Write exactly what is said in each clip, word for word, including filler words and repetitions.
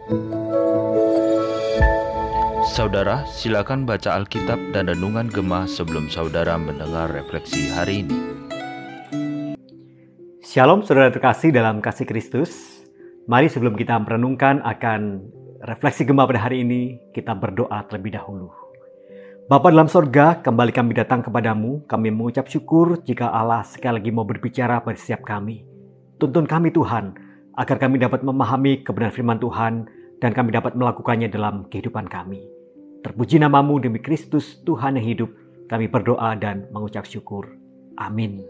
Saudara, silakan baca Alkitab dan Renungan Gemah sebelum saudara mendengar refleksi hari ini. Shalom saudara terkasih dalam kasih Kristus. Mari sebelum kita merenungkan akan refleksi Gemah pada hari ini, kita berdoa terlebih dahulu. Bapa dalam sorga, kembali kami datang kepadamu. Kami mengucap syukur jika Allah sekali lagi mau berbicara pada setiap kami. Tuntun kami Tuhan, agar kami dapat memahami kebenaran firman Tuhan dan kami dapat melakukannya dalam kehidupan kami. Terpuji namamu demi Kristus Tuhan yang hidup, kami berdoa dan mengucap syukur. Amin.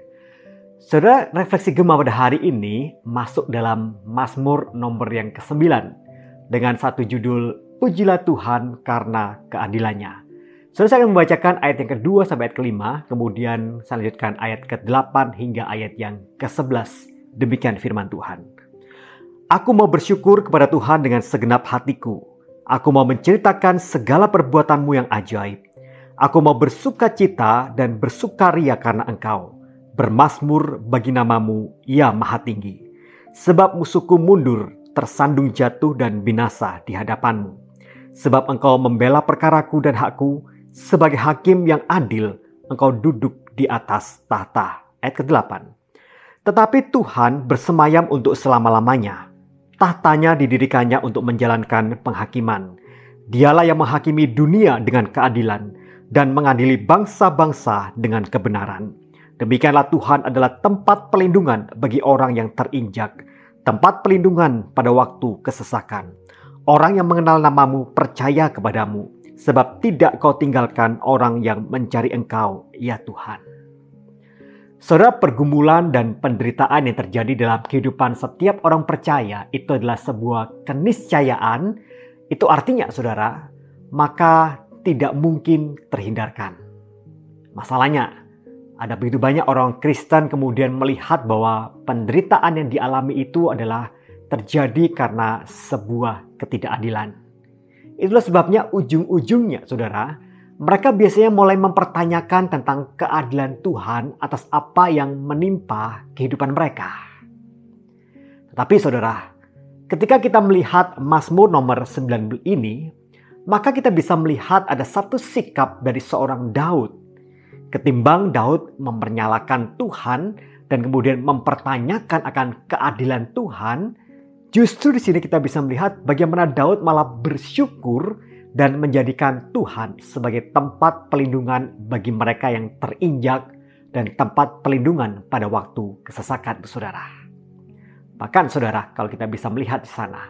Saudara, refleksi Gemah pada hari ini masuk dalam Mazmur nomor yang kesembilan dengan satu judul Pujilah Tuhan karena keadilannya. Saudara, saya akan membacakan ayat yang kedua sampai ayat kelima, kemudian saya lanjutkan ayat kedelapan hingga ayat yang kesebelas. Demikian firman Tuhan. Aku mau bersyukur kepada Tuhan dengan segenap hatiku. Aku mau menceritakan segala perbuatanmu yang ajaib. Aku mau bersuka cita dan bersukaria karena Engkau. Bermazmur bagi namamu, ya Maha Tinggi. Sebab musuhku mundur, tersandung jatuh dan binasa di hadapanmu. Sebab Engkau membela perkaraku dan hakku, sebagai hakim yang adil, Engkau duduk di atas tahta. Ayat kedelapan. Tetapi Tuhan bersemayam untuk selama-lamanya. Tahtanya didirikannya untuk menjalankan penghakiman. Dialah yang menghakimi dunia dengan keadilan dan mengadili bangsa-bangsa dengan kebenaran. Demikianlah Tuhan adalah tempat pelindungan bagi orang yang terinjak, tempat pelindungan pada waktu kesesakan. Orang yang mengenal namamu percaya kepadamu, sebab tidak kau tinggalkan orang yang mencari Engkau, ya Tuhan. Saudara, pergumulan dan penderitaan yang terjadi dalam kehidupan setiap orang percaya itu adalah sebuah keniscayaan. Itu artinya, saudara, maka tidak mungkin terhindarkan. Masalahnya, ada begitu banyak orang Kristen kemudian melihat bahwa penderitaan yang dialami itu adalah terjadi karena sebuah ketidakadilan. Itulah sebabnya ujung-ujungnya, saudara, mereka biasanya mulai mempertanyakan tentang keadilan Tuhan atas apa yang menimpa kehidupan mereka. Tetapi saudara, ketika kita melihat Mazmur nomor sembilan ini, maka kita bisa melihat ada satu sikap dari seorang Daud. Ketimbang Daud mempernyalakan Tuhan dan kemudian mempertanyakan akan keadilan Tuhan, justru di sini kita bisa melihat bagaimana Daud malah bersyukur dan menjadikan Tuhan sebagai tempat pelindungan bagi mereka yang terinjak dan tempat pelindungan pada waktu kesesakan, saudara. Bahkan saudara, kalau kita bisa melihat di sana,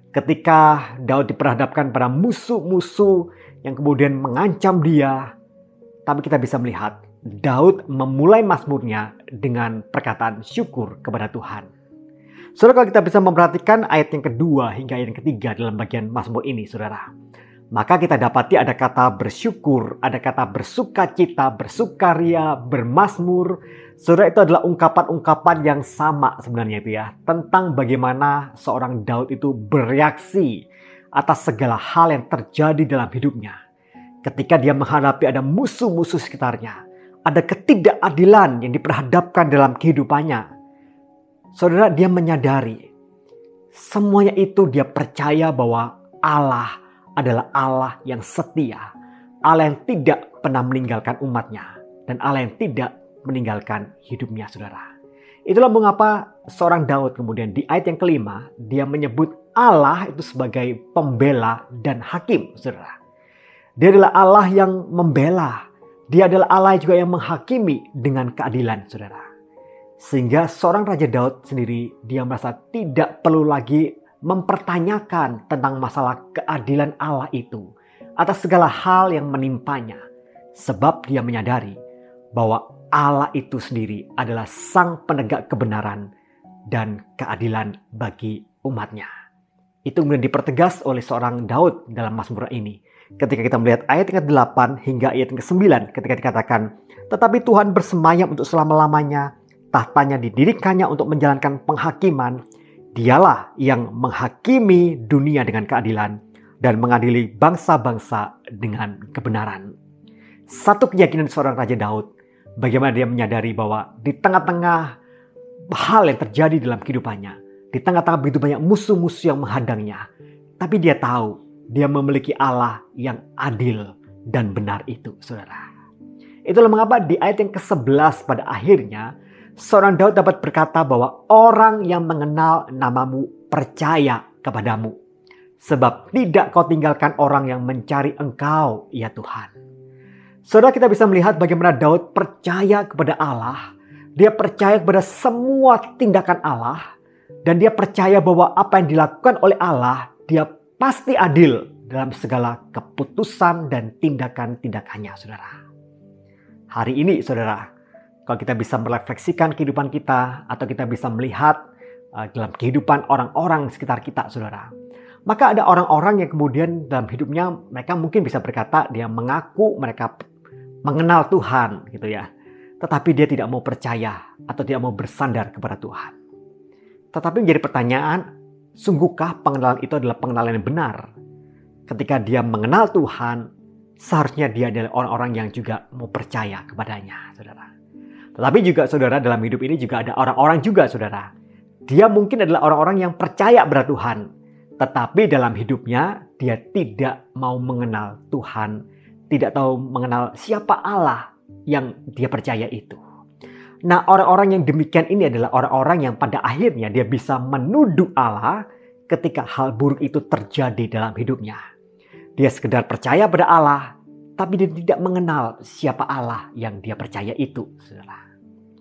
ketika Daud diperhadapkan pada musuh-musuh yang kemudian mengancam dia, tapi kita bisa melihat Daud memulai mazmurnya dengan perkataan syukur kepada Tuhan. Saudara, kalau kita bisa memperhatikan ayat yang kedua hingga ayat yang ketiga dalam bagian mazmur ini, saudara, maka kita dapati ada kata bersyukur, ada kata bersuka cita, bersukaria, bermazmur. Saudara, itu adalah ungkapan-ungkapan yang sama sebenarnya itu ya, tentang bagaimana seorang Daud itu bereaksi atas segala hal yang terjadi dalam hidupnya. Ketika dia menghadapi ada musuh-musuh sekitarnya, ada ketidakadilan yang diperhadapkan dalam kehidupannya. Saudara, dia menyadari semuanya itu dia percaya bahwa Allah adalah Allah yang setia, Allah yang tidak pernah meninggalkan umatnya, dan Allah yang tidak meninggalkan hidupnya, saudara. Itulah mengapa seorang Daud kemudian di ayat yang kelima, dia menyebut Allah itu sebagai pembela dan hakim, saudara. Dia adalah Allah yang membela. Dia adalah Allah juga yang menghakimi dengan keadilan, saudara. Sehingga seorang Raja Daud sendiri, dia merasa tidak perlu lagi mempertanyakan tentang masalah keadilan Allah itu atas segala hal yang menimpanya. Sebab dia menyadari bahwa Allah itu sendiri adalah sang penegak kebenaran dan keadilan bagi umatnya. Itu kemudian dipertegas oleh seorang Daud dalam Mazmur ini. Ketika kita melihat ayat yang kedelapan hingga ayat yang kesembilan, ketika dikatakan, tetapi Tuhan bersemayam untuk selama-lamanya, tahtanya didirikannya untuk menjalankan penghakiman, dialah yang menghakimi dunia dengan keadilan dan mengadili bangsa-bangsa dengan kebenaran. Satu keyakinan seorang Raja Daud, bagaimana dia menyadari bahwa di tengah-tengah hal yang terjadi dalam kehidupannya, di tengah-tengah begitu banyak musuh-musuh yang menghadangnya, Tapi dia tahu dia memiliki Allah yang adil dan benar itu, saudara. Itulah mengapa di ayat yang kesebelas pada akhirnya seorang Daud dapat berkata bahwa orang yang mengenal namamu percaya kepadamu. Sebab tidak kau tinggalkan orang yang mencari engkau, ya Tuhan. Saudara, kita bisa melihat bagaimana Daud percaya kepada Allah. Dia percaya kepada semua tindakan Allah. Dan dia percaya bahwa apa yang dilakukan oleh Allah, dia pasti adil dalam segala keputusan dan tindakan-tindakannya, saudara. Hari ini, saudara, kalau kita bisa merefleksikan kehidupan kita, atau kita bisa melihat uh, dalam kehidupan orang-orang sekitar kita, saudara. Maka ada orang-orang yang kemudian dalam hidupnya mereka mungkin bisa berkata dia mengaku mereka mengenal Tuhan gitu ya. Tetapi dia tidak mau percaya atau tidak mau bersandar kepada Tuhan. Tetapi menjadi pertanyaan, sungguhkah pengenalan itu adalah pengenalan yang benar? Ketika dia mengenal Tuhan, seharusnya dia adalah orang-orang yang juga mau percaya kepadanya, saudara. Tetapi juga saudara, dalam hidup ini juga ada orang-orang juga, saudara. Dia mungkin adalah orang-orang yang percaya pada Tuhan. Tetapi dalam hidupnya dia tidak mau mengenal Tuhan, tidak tahu mengenal siapa Allah yang dia percaya itu. Nah, orang-orang yang demikian ini adalah orang-orang yang pada akhirnya dia bisa menuduh Allah ketika hal buruk itu terjadi dalam hidupnya. Dia sekedar percaya pada Allah, tapi dia tidak mengenal siapa Allah yang dia percaya itu, saudara.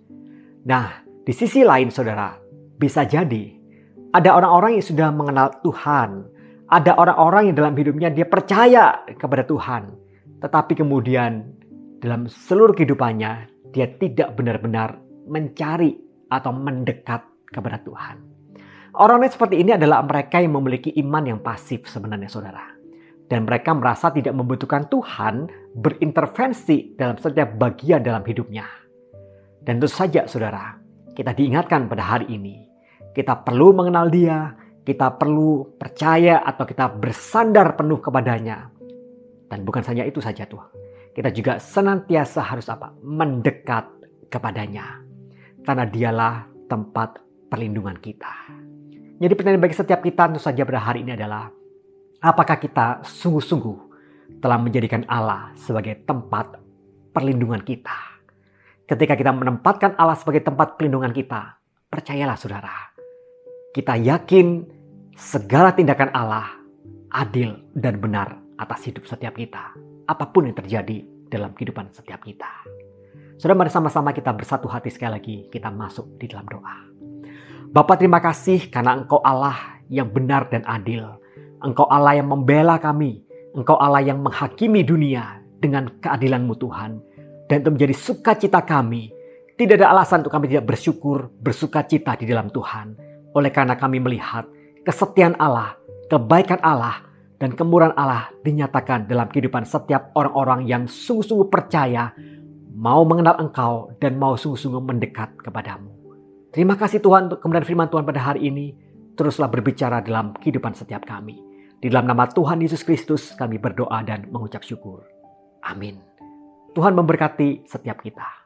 Nah, di sisi lain, saudara, bisa jadi ada orang-orang yang sudah mengenal Tuhan. Ada orang-orang yang dalam hidupnya dia percaya kepada Tuhan. Tetapi kemudian dalam seluruh kehidupannya dia tidak benar-benar mencari atau mendekat kepada Tuhan. Orang-orang seperti ini adalah mereka yang memiliki iman yang pasif sebenarnya, saudara. Dan mereka merasa tidak membutuhkan Tuhan berintervensi dalam setiap bagian dalam hidupnya. Dan tentu saja, saudara, kita diingatkan pada hari ini. Kita perlu mengenal dia, kita perlu percaya atau kita bersandar penuh kepadanya. Dan bukan saja itu saja Tuhan. Kita juga senantiasa harus apa? Mendekat kepadanya. Karena dialah tempat perlindungan kita. Jadi pertanyaan bagi setiap kita tentu saja pada hari ini adalah, apakah kita sungguh-sungguh telah menjadikan Allah sebagai tempat perlindungan kita? Ketika kita menempatkan Allah sebagai tempat perlindungan kita, percayalah saudara, kita yakin segala tindakan Allah adil dan benar atas hidup setiap kita. Apapun yang terjadi dalam kehidupan setiap kita. Saudara, mari sama-sama kita bersatu hati sekali lagi. Kita masuk di dalam doa. Bapa, terima kasih karena Engkau Allah yang benar dan adil. Engkau Allah yang membela kami. Engkau Allah yang menghakimi dunia dengan keadilan-Mu Tuhan. Dan itu menjadi sukacita kami. Tidak ada alasan untuk kami tidak bersyukur, bersukacita di dalam Tuhan. Oleh karena kami melihat kesetiaan Allah, kebaikan Allah, dan kemurahan Allah dinyatakan dalam kehidupan setiap orang-orang yang sungguh-sungguh percaya, mau mengenal Engkau, dan mau sungguh-sungguh mendekat kepadamu. Terima kasih Tuhan untuk kemuliaan firman Tuhan pada hari ini. Teruslah berbicara dalam kehidupan setiap kami. Di dalam nama Tuhan Yesus Kristus kami berdoa dan mengucap syukur. Amin. Tuhan memberkati setiap kita.